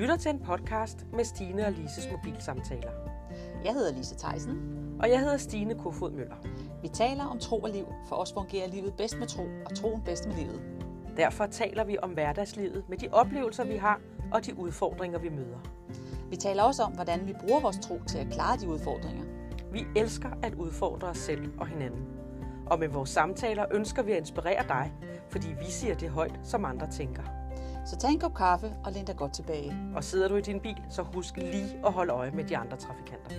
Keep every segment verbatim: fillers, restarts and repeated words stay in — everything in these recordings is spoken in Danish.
lytter til en podcast med Stine og Lises mobilsamtaler. Jeg hedder Lise Theisen. Og jeg hedder Stine Kofod Møller. Vi taler om tro og liv. For os fungerer livet bedst med tro, og troen bedst med livet. Derfor taler vi om hverdagslivet med de oplevelser, vi har, og de udfordringer, vi møder. Vi taler også om, hvordan vi bruger vores tro til at klare de udfordringer. Vi elsker at udfordre os selv og hinanden. Og med vores samtaler ønsker vi at inspirere dig, fordi vi siger det højt, som andre tænker. Så tag en kop kaffe og læn dig godt tilbage. Og sidder du i din bil, så husk lige at holde øje med de andre trafikanter.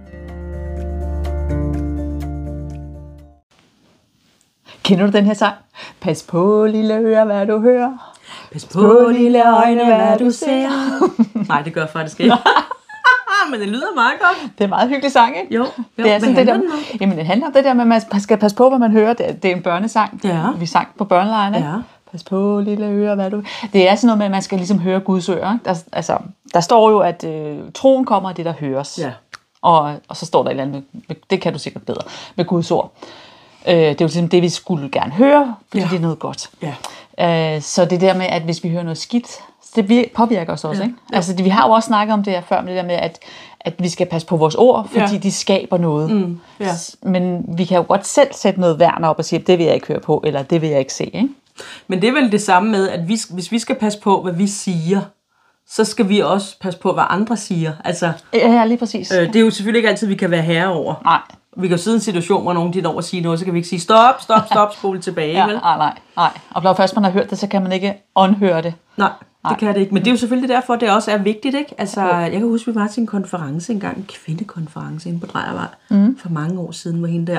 Kender du den her sang? Pas på, lille øre, hvad du hører. Pas på, lille øjne, hvad du ser. Nej, det gør jeg faktisk ikke. Men det lyder meget godt. Det er en meget hyggelig sang, ikke? Jo. jo. Det er sådan det der, den jamen, det handler om det der med, at man skal passe på, hvad man hører. Det er, det er en børnesang. Ja. Vi sang på børnelejren, ikke? Ja. Pas på, lille øre, hvad du... Det er sådan noget med, at man skal ligesom høre Guds øre. Der, altså, der står jo, at øh, troen kommer af det, der høres. Ja. Og, og så står der et eller andet, med, det kan du sikkert bedre, med Guds ord. Øh, det er jo ligesom det, vi skulle gerne høre, fordi ja. det er noget godt. Ja. Øh, så det der med, at hvis vi hører noget skidt, det påvirker os også, ja. ikke? Ja. Altså, vi har jo også snakket om det her før, med det der med, at, at vi skal passe på vores ord, fordi ja. de skaber noget. Mm. Ja. Men vi kan jo godt selv sætte noget værn op og sige, det vil jeg ikke høre på, eller det vil jeg ikke se, ikke? Men det er vel det samme med, at vi, hvis vi skal passe på, hvad vi siger, så skal vi også passe på, hvad andre siger. Altså, ja, lige præcis. Øh, det er jo selvfølgelig ikke altid, vi kan være herre over. Nej. Vi kan jo sidde i en situation, hvor nogen de når at sige noget, så kan vi ikke sige, stop, stop, stop, spole tilbage. ja, vel? Nej, nej, nej. Og når først man har hørt det, så kan man ikke unhøre det. Nej, nej, det kan det ikke. Men det er jo selvfølgelig derfor, det også er vigtigt, ikke? Altså, jeg kan huske, vi var til en konference engang, en kvindekonference inde på Drejervej, mm. for mange år siden, hvor hende der,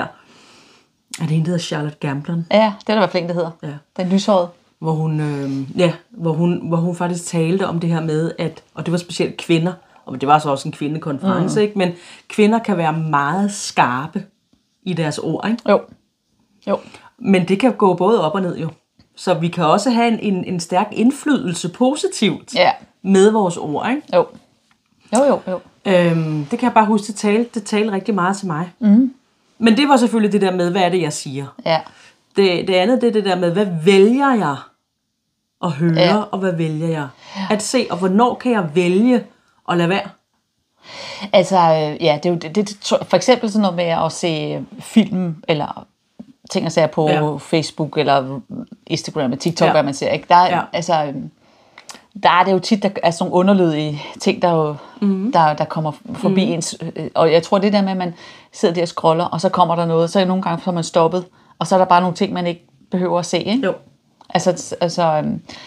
er det hende, der hedder Charlotte Gamblin? Ja, det er der i hvert fald en, der hedder. Ja. Den lyshårede. Hvor hun, øh, ja, hvor, hun, hvor hun faktisk talte om det her med, at, og det var specielt kvinder, og det var så også en kvindekonference, mm. ikke? Men kvinder kan være meget skarpe i deres ord, ikke? Jo. jo. Men det kan gå både op og ned, jo. Så vi kan også have en, en, en stærk indflydelse positivt ja. med vores ord, ikke? Jo. Jo, jo, jo. Øhm, det kan jeg bare huske, det talte, det talte rigtig meget til mig. Mm. Men det var selvfølgelig det der med, hvad er det, jeg siger? Ja. Det, det andet, det er det der med, hvad vælger jeg at høre, ja. og hvad vælger jeg at se, og hvornår kan jeg vælge at lade være? Altså, ja, det er jo det, det, for eksempel sådan noget med at se film, eller ting at sige på ja. Facebook, eller Instagram, og TikTok, ja. hvad man ser, ikke? Der er, ja. altså, der er det jo tit, der er sådan nogle underlydige ting, der, jo, mm-hmm. der, der kommer forbi mm-hmm. ens, og jeg tror det der med, at man sidder der og scroller, og så kommer der noget, så nogle gange så er man stoppet, og så er der bare nogle ting, man ikke behøver at se, ikke? Jo. Altså, altså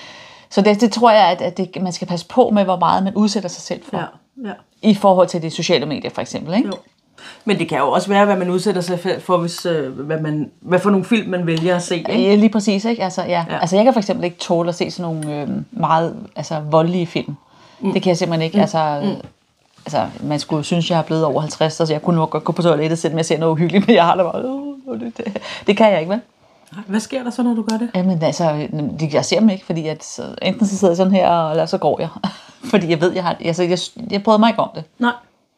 så det, det tror jeg, at, at det, man skal passe på med, hvor meget man udsætter sig selv for. Ja. Ja. I forhold til de sociale medier, for eksempel, ikke? Jo. Men det kan jo også være, hvad man udsætter sig for, hvis, øh, hvad, man, hvad for nogle film, man vælger at se, ikke? Ja, lige præcis, ikke? Altså, ja. Ja. altså, jeg kan for eksempel ikke tåle at se sådan nogle øh, meget altså, voldelige film. Mm. Det kan jeg simpelthen ikke. Mm. Altså, mm. altså, man skulle synes, jeg er blevet over halvtreds, så jeg kunne nok godt gå på toilettet, selvom jeg ser noget uhyggeligt, men jeg har da bare, uh, det, det, det kan jeg ikke, vel? Hvad sker der så, når du gør det? Jamen altså, jeg ser dem ikke, fordi at, så, enten så sidder jeg sådan her, eller så går jeg. Fordi jeg ved, jeg har, altså, jeg, jeg prøvede mig ikke om det. Nej.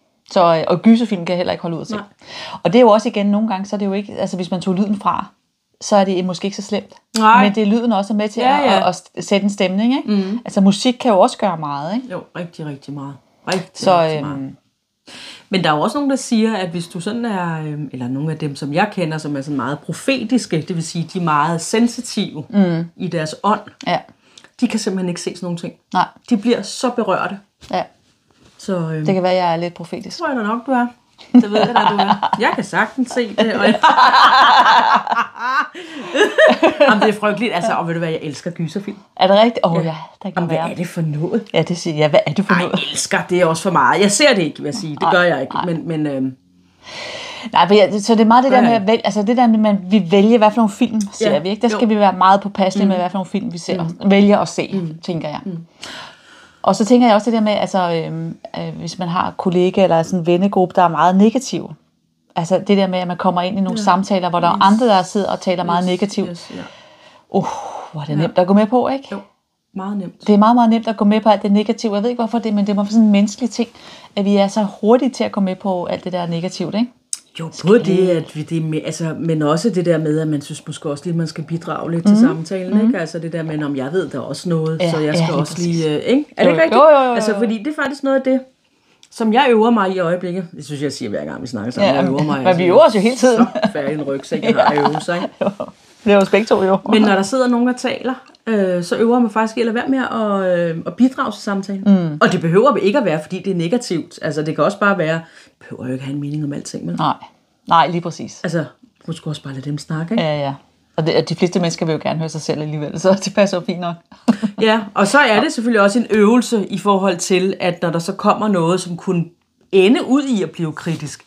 Så, og gyserfilm kan jeg heller ikke holde ud at se. Nej. Og det er jo også igen, nogle gange, så er det jo ikke, altså hvis man tog lyden fra, så er det måske ikke så slemt. Nej. Men det er lyden også med til ja, ja. At, at, at sætte en stemning, ikke? Mm. Altså musik kan jo også gøre meget, ikke? Jo, rigtig, rigtig meget. Rigtig, så, rigtig øhm, meget. Men der er jo også nogen, der siger, at hvis du sådan er, eller nogle af dem, som jeg kender, som er sådan meget profetiske, det vil sige, de er meget sensitive mm. i deres ånd, ja. de kan simpelthen ikke se sådan nogle ting. Nej. De bliver så berørte. Ja. Så, øhm, det kan være, at jeg er lidt profetisk. Tror jeg da nok, du er. Det ved jeg da, du er. Jeg kan sagtens se det. Og jeg... Jamen, det er frygteligt. Altså, og ved du hvad, jeg elsker gyserfilm. Er det rigtigt? Åh oh, ja. ja, der kan Jamen, være. hvad er det for noget? Ja, det siger jeg. Hvad er det for Ej, noget? jeg elsker det er også for meget. Jeg ser det ikke, vil jeg sige. Det gør jeg ikke. Men, men øhm... Nej, men ja, så det er meget det der med at vælge, altså det der med, at vi vælger, hvad for nogle film ser ja. vi, ikke? Der skal jo. vi være meget påpasselige mm. med, hvad for nogle film vi ser, mm. vælger at se, mm. tænker jeg. Mm. Og så tænker jeg også det der med, altså, øhm, øh, hvis man har kollegaer eller sådan en vennegruppe, der er meget negativ. Altså det der med, at man kommer ind i nogle ja. samtaler, hvor der yes. er andre, der sidder og taler yes. meget negativt. Yes. Ja. Uh, hvor er det nemt ja. at gå med på, ikke? Jo, meget nemt. Det er meget, meget nemt at gå med på alt det negative. Jeg ved ikke, hvorfor det, men det er sådan en menneskelig ting, at vi er så hurtige til at gå med på alt det der negativt, ikke? Jo, både det, at vi det med, altså, men også det der med, at man synes måske også lige, at man skal bidrage lidt mm. til samtalen, mm. ikke? Altså det der med, om jeg ved der er også noget, ja, så jeg skal ja, også præcis. lige, ikke? Er det ikke rigtigt? Jo, jo, jo, jo. Altså, fordi det er faktisk noget af det, som jeg øver mig i øjeblikket. Det synes jeg siger hver gang, vi snakker sammen. Ja, jeg øver mig. Men altså, vi øver os jo hele tiden. Så færdig en rygsæk, jeg har øvelser, ikke? Jo. Det er jo begge to, jo. Men når der sidder nogen og taler, øh, så øver man faktisk at lade være med at, øh, at bidrage til samtalen. Mm. Og det behøver ikke at være, fordi det er negativt. Altså det kan også bare være, behøver jo ikke have en mening om alting. Men... Nej. Nej, lige præcis. Altså, du skal også bare lade dem snakke, ikke? Ja, ja. Og det, de fleste mennesker vil jo gerne høre sig selv alligevel, så det passer jo fint nok. Ja, og så er det selvfølgelig også en øvelse i forhold til, at når der så kommer noget, som kunne ende ud i at blive kritisk.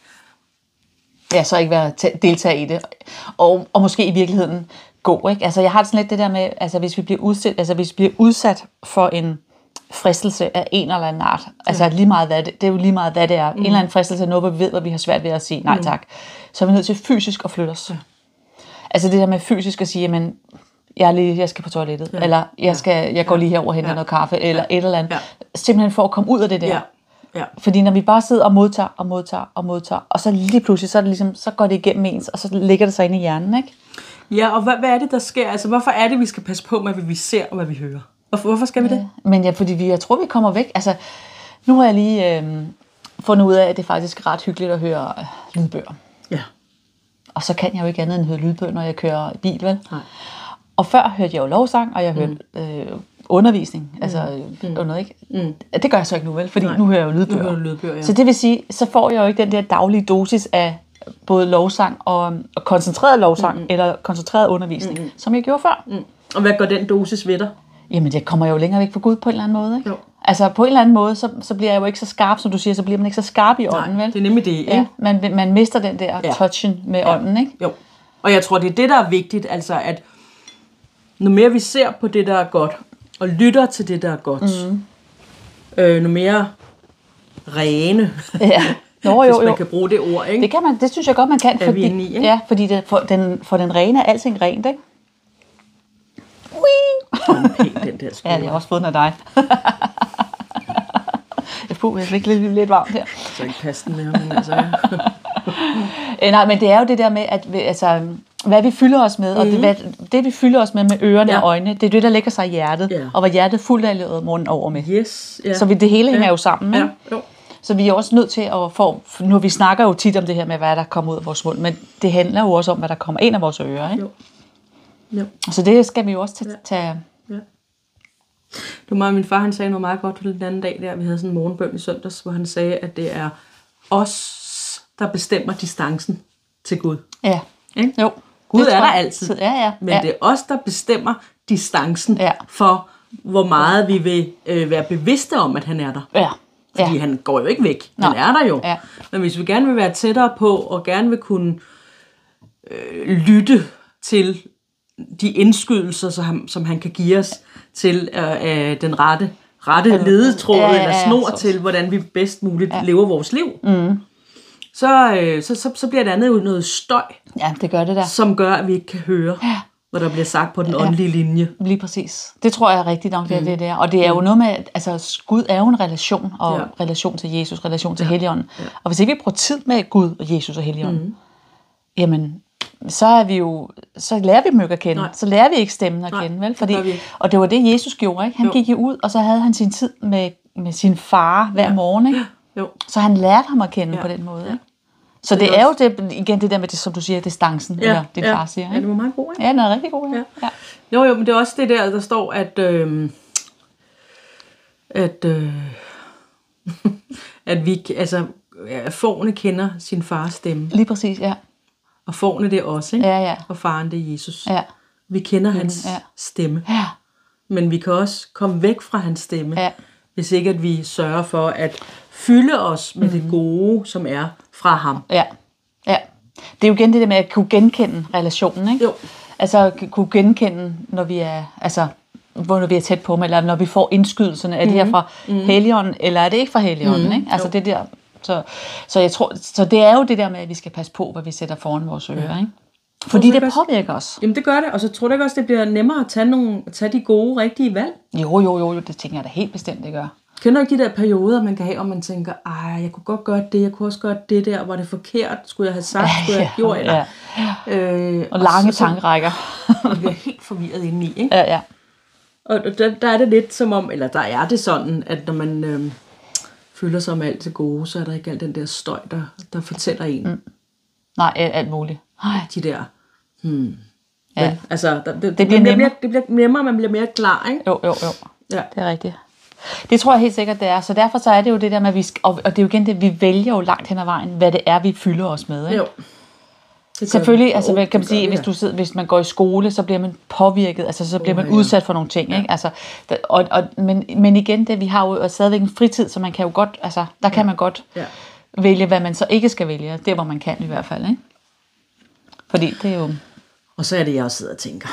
Ja, så ikke være deltage i det. Og, og måske i virkeligheden gå, ikke? Altså, jeg har sådan lidt det der med, altså hvis vi bliver udsat, altså, hvis vi bliver udsat for en fristelse af en eller anden art. Altså lige meget hvad det, det er jo lige meget hvad det er. Mm. En eller anden fristelse er noget, hvor vi ved, hvor vi har svært ved at sige nej tak. Så er vi nødt til fysisk at flytte os. Ja. Altså det der med fysisk at sige, jamen, jeg, er lige, jeg skal på toilettet, ja. eller jeg, skal, jeg går lige herover og henter ja. noget kaffe, eller ja. et eller andet. Ja. Simpelthen for at komme ud af det der. Ja. Ja. Fordi når vi bare sidder og modtager og modtager og modtager, og så lige pludselig, så, er det ligesom, så går det igennem ens, og så ligger det sig inde i hjernen, ikke? Ja, og hvad, hvad er det, der sker? Altså hvorfor er det, vi skal passe på med, hvad vi ser og hvad vi hører? Hvorfor skal vi det? Ja, men ja, fordi vi, jeg tror, vi kommer væk. Altså, nu har jeg lige øh, fundet ud af, at det er faktisk ret hyggeligt at høre øh, lydbøger. Ja. Og så kan jeg jo ikke andet end høre lydbøger, når jeg kører i bil, vel? Nej. Og før hørte jeg jo lovsang, og jeg hørte mm. øh, undervisning. Mm. Altså, mm. under, ikke? Mm. Det gør jeg så ikke nu, vel? Fordi Nej. nu hører jeg jo lydbøger. Nu lydbøger ja. Så det vil sige, så får jeg jo ikke den der daglige dosis af både lovsang og, og koncentreret lovsang, mm. eller koncentreret undervisning, mm. som jeg gjorde før. Mm. Og hvad går den dosis ved dig? Jamen, det kommer jo længere væk fra Gud på en eller anden måde, ikke? Jo. Altså, på en eller anden måde, så, så bliver jeg jo ikke så skarp, som du siger, så bliver man ikke så skarp i ånden, vel? det er nemlig det, ikke? Ja, man, man mister den der ja. touchen med ja. ånden, ikke? Jo. Og jeg tror, det er det, der er vigtigt, altså at nu mere vi ser på det, der er godt, og lytter til det, der er godt, mm. øh, nu mere rene, ja. Nå, jo, hvis man jo. kan bruge det ord, ikke? Det kan man, det synes jeg godt, man kan, er fordi, vi i, ikke? Ja, fordi det, for, den, for den rene er alting rent, ikke? Den pæn, den der skole. Ja, jeg har også fået den af dig. jeg får jeg fik lidt, lidt varmt her. Så ikke passe den med ham, men altså... Ja. Nej, men det er jo det der med, at vi, altså, hvad vi fylder os med, mm. og det, hvad, det vi fylder os med med ørerne ja. og øjnene, det er det, der lægger sig i hjertet, ja. og hvad hjertet fuldt af leder munden over med. Yes, ja. Så vi, det hele hænger ja. jo sammen, ikke? Ja. Jo. Så vi er også nødt til at få, nu vi snakker jo tit om det her med, hvad der kommer ud af vores mund, men det handler jo også om, hvad der kommer ind af vores ører, ikke? Jo. Jo. Så det skal vi jo også tage... Ja. tage ja. Det var meget, min far han sagde noget meget godt den anden dag der, vi havde sådan en morgenbøn i søndags, hvor han sagde, at det er os, der bestemmer distancen til Gud. Ja. Ikke? Jo. Gud er der altid, ja, ja. men ja. det er os, der bestemmer distancen ja. for, hvor meget vi vil øh, være bevidste om, at han er der. Ja. Fordi ja. han går jo ikke væk. Nå. Han er der jo. Ja. Men hvis vi gerne vil være tættere på, og gerne vil kunne øh, lytte til de indskydelser, som han, som han kan give os til øh, den rette, rette ledetråd, ja, ja, ja, eller snor ja, til, hvordan vi bedst muligt ja. lever vores liv, mm. så, øh, så, så, så bliver det andet jo noget støj, ja, det gør det der. som gør, at vi ikke kan høre, ja. hvad der bliver sagt på den åndelige ja. linje. Lige præcis. Det tror jeg er rigtigt nok, det er mm. det der. Og det er jo noget med, altså Gud er jo en relation, og ja. relation til Jesus, relation til ja. Helligånden. Ja. Og hvis ikke vi bruger tid med Gud og Jesus og Helligånden, mm. jamen, så er vi jo, så lærer vi dem ikke at kende. Nej. Så lærer vi ikke stemmen at Nej, kende, vel? Fordi, det og det var det, Jesus gjorde, ikke? Han jo. gik jo ud, og så havde han sin tid med, med sin far hver ja. morgen, ikke? Jo. Så han lærte ham at kende ja. på den måde, ikke? Så det, det er også... jo det, igen det der med, det, som du siger, distancen, ja. eller din ja. far siger, ikke? Ja, det var meget god, ikke? Ja, den er rigtig god, ja. ja. ja. Jo, jo, men det er også det der, der står, at... Øh, at... Øh, at vi, altså... Fårene kender sin fars stemme. Lige præcis, ja. Og fårene det er også, ikke? Ja, ja. Og faren det er Jesus. Ja. Vi kender hans ja. stemme. Ja. Men vi kan også komme væk fra hans stemme, ja. hvis ikke at vi sørger for at fylde os med mm. det gode, som er fra ham. Ja. ja. Det er jo igen det der med at kunne genkende relationen, ikke? Jo. Altså kunne genkende, når vi er, altså, når vi er tæt på dem, eller når vi får indskydelserne. Er det her fra mm. Helligånden, eller er det ikke fra Helligånden, mm. ikke? Altså jo. det der... Så, så, jeg tror, så det er jo det der med, at vi skal passe på, hvad vi sætter foran vores ører, ja. ikke? Fordi det påvirker os. Jamen det gør det, og så tror jeg også, det bliver nemmere at tage, nogle, at tage de gode, rigtige valg. Jo, jo, jo, det tænker jeg da helt bestemt, det gør. Kender ikke de der perioder, man kan have, og man tænker, ej, jeg kunne godt gøre det, jeg kunne også gøre det der, var det forkert, skulle jeg have sagt, skulle jeg have gjort, eller... Ja. Øh, og lange og så, tankerækker. Man bliver helt forvirret indeni, ikke? Ja, ja. Og der, der er det lidt som om, eller der er det sådan, at når man øh, føler sig med alt til gode, så er der ikke alt den der støj, der, der fortæller en. Mm. Nej, alt muligt. Ej. De der... Hmm. Ja. Men, altså, der, det, det, bliver nemmere. Bliver, det bliver nemmere, man bliver mere klar, ikke? Jo, jo, jo. Ja. Det er rigtigt. Det tror jeg helt sikkert, det er. Så derfor så er det jo det der med, at vi skal, og det er jo igen det, vi vælger jo langt hen ad vejen, hvad det er, vi fylder os med. Ikke? Jo. Selvfølgelig, altså, hvad kan man sige, hvis, du sidder, hvis man går i skole, så bliver man påvirket, altså så bliver man oh, udsat for nogle ting, ja. Ikke? Altså, der, og, og, men, men igen, det, vi har jo stadigvæk en fritid, så man kan jo godt, altså, der kan ja. man godt ja. vælge, hvad man så ikke skal vælge, det hvor man kan i hvert fald, ikke? Fordi det er jo... Og så er det, jeg også sidder og tænker,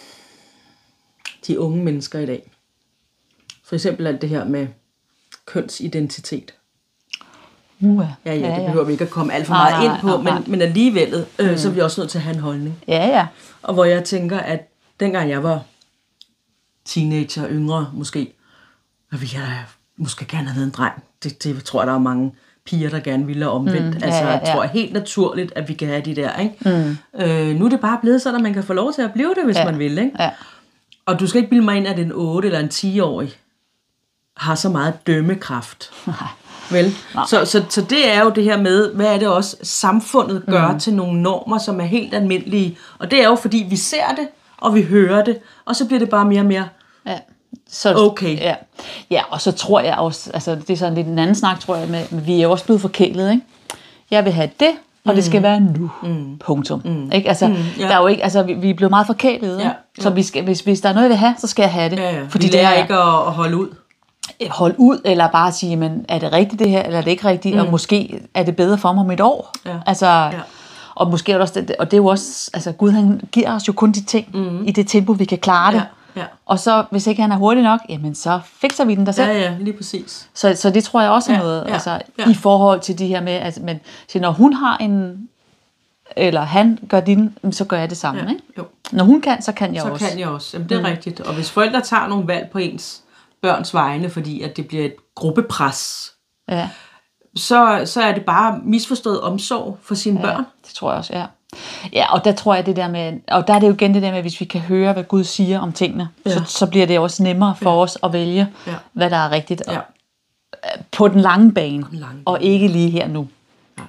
de unge mennesker i dag, for eksempel alt det her med kønsidentitet. Uh, ja, ja, det behøver vi ikke at komme alt for meget nej, ind på, nej, nej. Men, men alligevel, øh, mm. så er vi også nødt til at have en holdning. Ja, ja. Og hvor jeg tænker, at dengang jeg var teenager, yngre måske, og vi havde måske gerne have været en dreng. Det, det tror jeg, der er mange piger, der gerne ville have omvendt. Mm, ja, altså, jeg ja, ja. tror helt naturligt, at vi kan have de der, ikke? Mm. Øh, nu er det bare blevet sådan, at man kan få lov til at blive det, hvis ja. man vil, ikke? Ja. Og du skal ikke bilde mig ind, at en otte eller en ti-årig har så meget dømmekraft. Vel? Så, så, så det er jo det her med, hvad er det også, samfundet gør mm. til nogle normer, som er helt almindelige. Og det er jo, fordi vi ser det, og vi hører det, og så bliver det bare mere og mere ja. Så, okay. Ja. ja, og så tror jeg også, altså det er sådan lidt en anden snak, tror jeg, med, men vi er jo også blevet forkælet, ikke? Jeg vil have det, og mm. det skal være nu. Mm. Punktum. Mm. Ikke? Altså, mm, ja. der er jo ikke, altså, vi, vi er blevet meget forkælet, ja. Så vi skal, hvis, hvis der er noget, jeg vil have, så skal jeg have det. Ja, ja. Fordi det er ikke at, at holde ud. Holde ud, eller bare sige, men er det rigtigt det her, eller er det ikke rigtigt, mm. og måske er det bedre for mig om et år. Ja. Altså, ja. Og måske er det også, og det er jo også, altså Gud han giver os jo kun de ting, mm. i det tempo, vi kan klare det. Ja. Ja. Og så, hvis ikke han er hurtig nok, jamen så fikser vi den der selv. Ja, ja, lige præcis. Så, så det tror jeg også er ja, noget, ja, altså ja. i forhold til de her med, altså, men så når hun har en, eller han gør din, så gør jeg det samme, ja, ikke? Jo. Når hun kan, så kan jeg så også. Så kan jeg også, jamen det er mm. rigtigt. Og hvis forældre tager nogle valg på ens børns vegne, fordi at det bliver et gruppepres, ja. så, så er det bare misforstået omsorg for sine ja, børn. Det tror jeg også, ja. Ja, og der tror jeg det der med, og der er det jo igen det der med, at hvis vi kan høre, hvad Gud siger om tingene, ja. så, så bliver det også nemmere for ja. os at vælge, ja. hvad der er rigtigt. Ja. På den lange bane, den lange bane, og ikke lige her nu. Ja.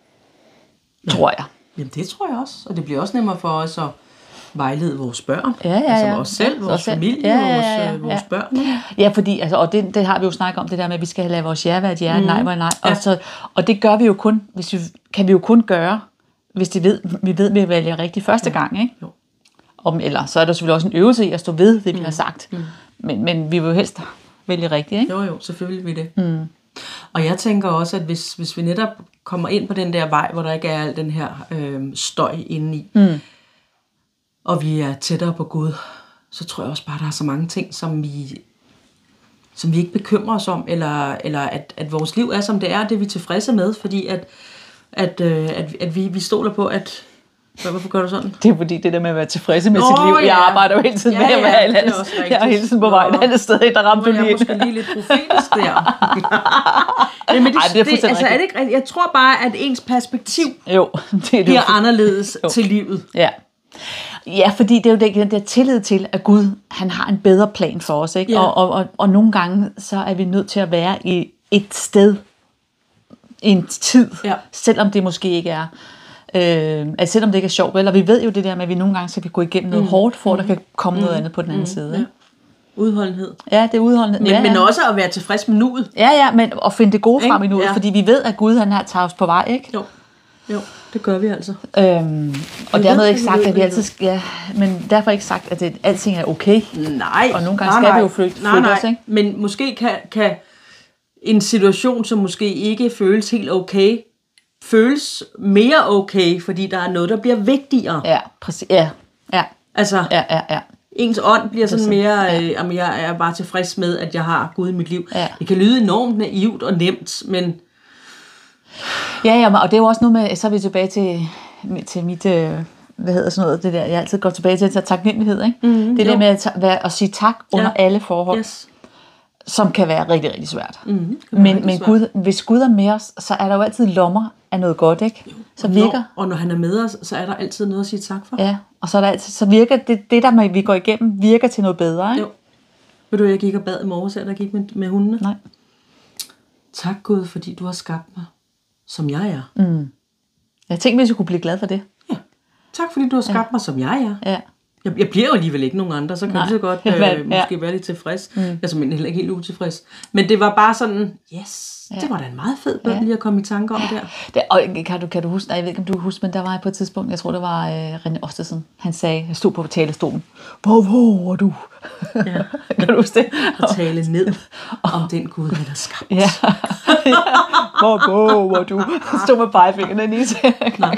Tror jeg. Jamen det tror jeg også, og det bliver også nemmere for os at vejlede vores børn, ja, ja, ja. altså os selv, vores også familie, ja, ja, ja, ja. vores, vores ja. børn. Ja, fordi, altså, og det, det har vi jo snakket om, det der med, at vi skal lade vores ja være et ja, mm. nej var nej. Ja. Og, så, og det gør vi jo kun, hvis vi, kan vi jo kun gøre, hvis de ved, vi ved, at vi vælger rigtigt første ja. gang, ikke? Jo. Om, eller så er der selvfølgelig også en øvelse i at stå ved det, vi mm. har sagt. Mm. Men, men vi vil jo helst vælge rigtigt, ikke? Jo, jo, selvfølgelig vil det. Mm. Og jeg tænker også, at hvis, hvis vi netop kommer ind på den der vej, hvor der ikke er al den her øh, støj indeni, mm. og vi er tættere på Gud, så tror jeg også bare, at der er så mange ting, som vi, som vi ikke bekymrer os om, eller, eller at, at vores liv er, som det er, det er vi tilfredse med, fordi at, at, at, at vi, vi stoler på, at... Hvorfor gør du sådan? Det er fordi, det der med at være tilfredse med Nå, sit liv, ja. jeg arbejder jo hele tiden ja, med at være ja, andet, jeg er hele tiden på vej et andet sted, der ramte lige. Jeg er måske lige lidt profetisk der. ja, men det, Ej, det, er det, altså, er det ikke, jeg tror bare, at ens perspektiv jo, det er bliver det. anderledes jo. til livet. Ja. Ja, fordi det er jo det, den der tillid til, at Gud, han har en bedre plan for os, ikke? Ja. Og, og, og, og nogle gange, så er vi nødt til at være i et sted, i en tid, ja. selvom det måske ikke er, øh, at selvom det ikke er sjovt, eller vi ved jo det der med, at vi nogle gange skal vi gå igennem noget mm. hårdt, for at der kan komme mm. noget andet på den anden mm. side, ikke? Ja. Udholdenhed. Ja, det er udholdenhed. Men, ja, ja. men også at være tilfreds med nuet. Ja, ja, men at finde det gode frem i nuet, ja. fordi vi ved, at Gud, han har taget os på vej, ikke? Jo. Jo, det gør vi altså. Øhm, og dermed ikke sagt, at vi altid skal, ja, men derfor ikke sagt, at det, alting er okay. Nej. Og nogle gange nej, skal nej. vi jo flytte, nej, nej. os, ikke? Men måske kan, kan en situation, som måske ikke føles helt okay, føles mere okay, fordi der er noget, der bliver vigtigere. Ja, præcis. Ja, ja. Altså, ja, ja, ja. ens ånd bliver sådan mere, ja. øh, jamen jeg er bare tilfreds med, at jeg har Gud i mit liv. Ja. Det kan lyde enormt naivt og nemt, men... Ja, ja, og det er jo også noget med, så er vi tilbage til, til mit, øh, hvad hedder sådan noget, det der, jeg altid går tilbage til, til taknemmelighed, ikke? Mm-hmm, det er det med at, at, at sige tak under ja. alle forhold. Yes. som kan være rigtig, rigtig svært. Mm-hmm. Men, men Gud, hvis Gud er med os, så er der jo altid lommer af noget godt, ikke? Jo. Så og, virker, når, og når han er med os, så er der altid noget at sige tak for. Ja, og så, er der altid, så virker det, det der vi går igennem, virker til noget bedre, ikke? Jo. Ved du, jeg gik og bad i morges, der gik med, med hundene? Nej. Tak Gud, fordi du har skabt mig, som jeg er. Mm. Jeg tænkte, hvis jeg kunne blive glad for det. Ja. Tak fordi du har skabt ja. mig, som jeg er. Ja. Jeg, jeg bliver jo alligevel ikke nogen andre, så kan du så godt øh, ja. måske være lidt tilfreds. Mm. Jeg er simpelthen heller ikke helt utilfreds. Men det var bare sådan, yes, ja. det var da en meget fed bøn, ja. lige at komme i tanke om der. Det, og kan du, kan du huske, nej, jeg ved ikke om du kan huske, men der var på et tidspunkt, jeg tror det var øh, René Ostesen, han sagde, jeg stod på talerstolen, hvor våger du? Ja. Kan du huske det? Og tale ned om den Gud, han har skabt. Ja. Hvor våger du? Stod med pegefingerne lige til.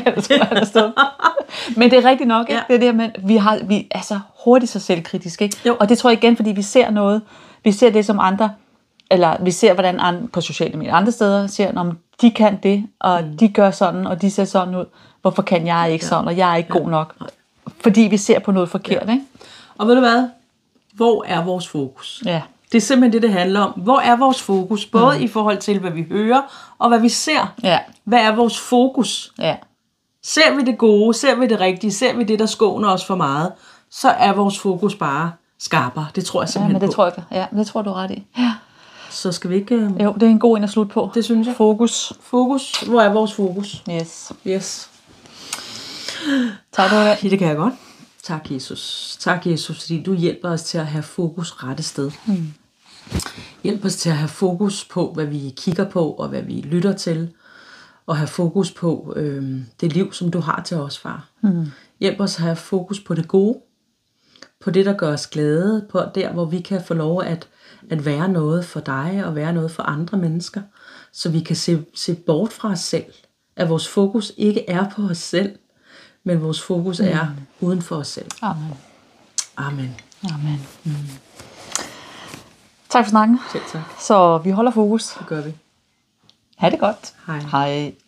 Men det er rigtigt nok, ikke? Ja. Det er det, men vi har, vi er så hurtigt så selvkritiske, ikke? Jo. Og det tror jeg igen, fordi vi ser noget, vi ser det som andre, eller vi ser, hvordan andre, på sociale medier andre steder ser, om de kan det, og mm. de gør sådan, og de ser sådan ud. Hvorfor kan jeg ikke sådan, og jeg er ikke ja. god nok? Fordi vi ser på noget forkert, ja. ikke? Og ved du hvad? Hvor er vores fokus? Ja. Det er simpelthen det, det handler om. Hvor er vores fokus? Både mm. i forhold til, hvad vi hører, og hvad vi ser. Ja. Hvad er vores fokus? Ja. Ser vi det gode, ser vi det rigtige, ser vi det, der skåner os for meget, så er vores fokus bare skarpere. Det tror jeg simpelthen ja, men det på. Tror jeg, ja, det tror du ret i. Ja. Så skal vi ikke... Jo, det er en god en at slutte på. Det synes jeg. Fokus. Fokus. Hvor er vores fokus? Yes. Yes. Tak for det. Det kan jeg godt. Tak, Jesus. Tak, Jesus, fordi du hjælper os til at have fokus rette sted. Mm. Hjælp os til at have fokus på, hvad vi kigger på, og hvad vi lytter til. Og have fokus på øh, det liv, som du har til os, far. Mm. Hjælp os at have fokus på det gode. På det, der gør os glade. På der, hvor vi kan få lov at, at være noget for dig, og være noget for andre mennesker. Så vi kan se, se bort fra os selv. At vores fokus ikke er på os selv, men vores fokus mm. er uden for os selv. Amen. Amen. Amen. Mm. Tak for snakken. Selv tak. Så vi holder fokus. Det gør vi. Ha' det godt. Hej. Hej.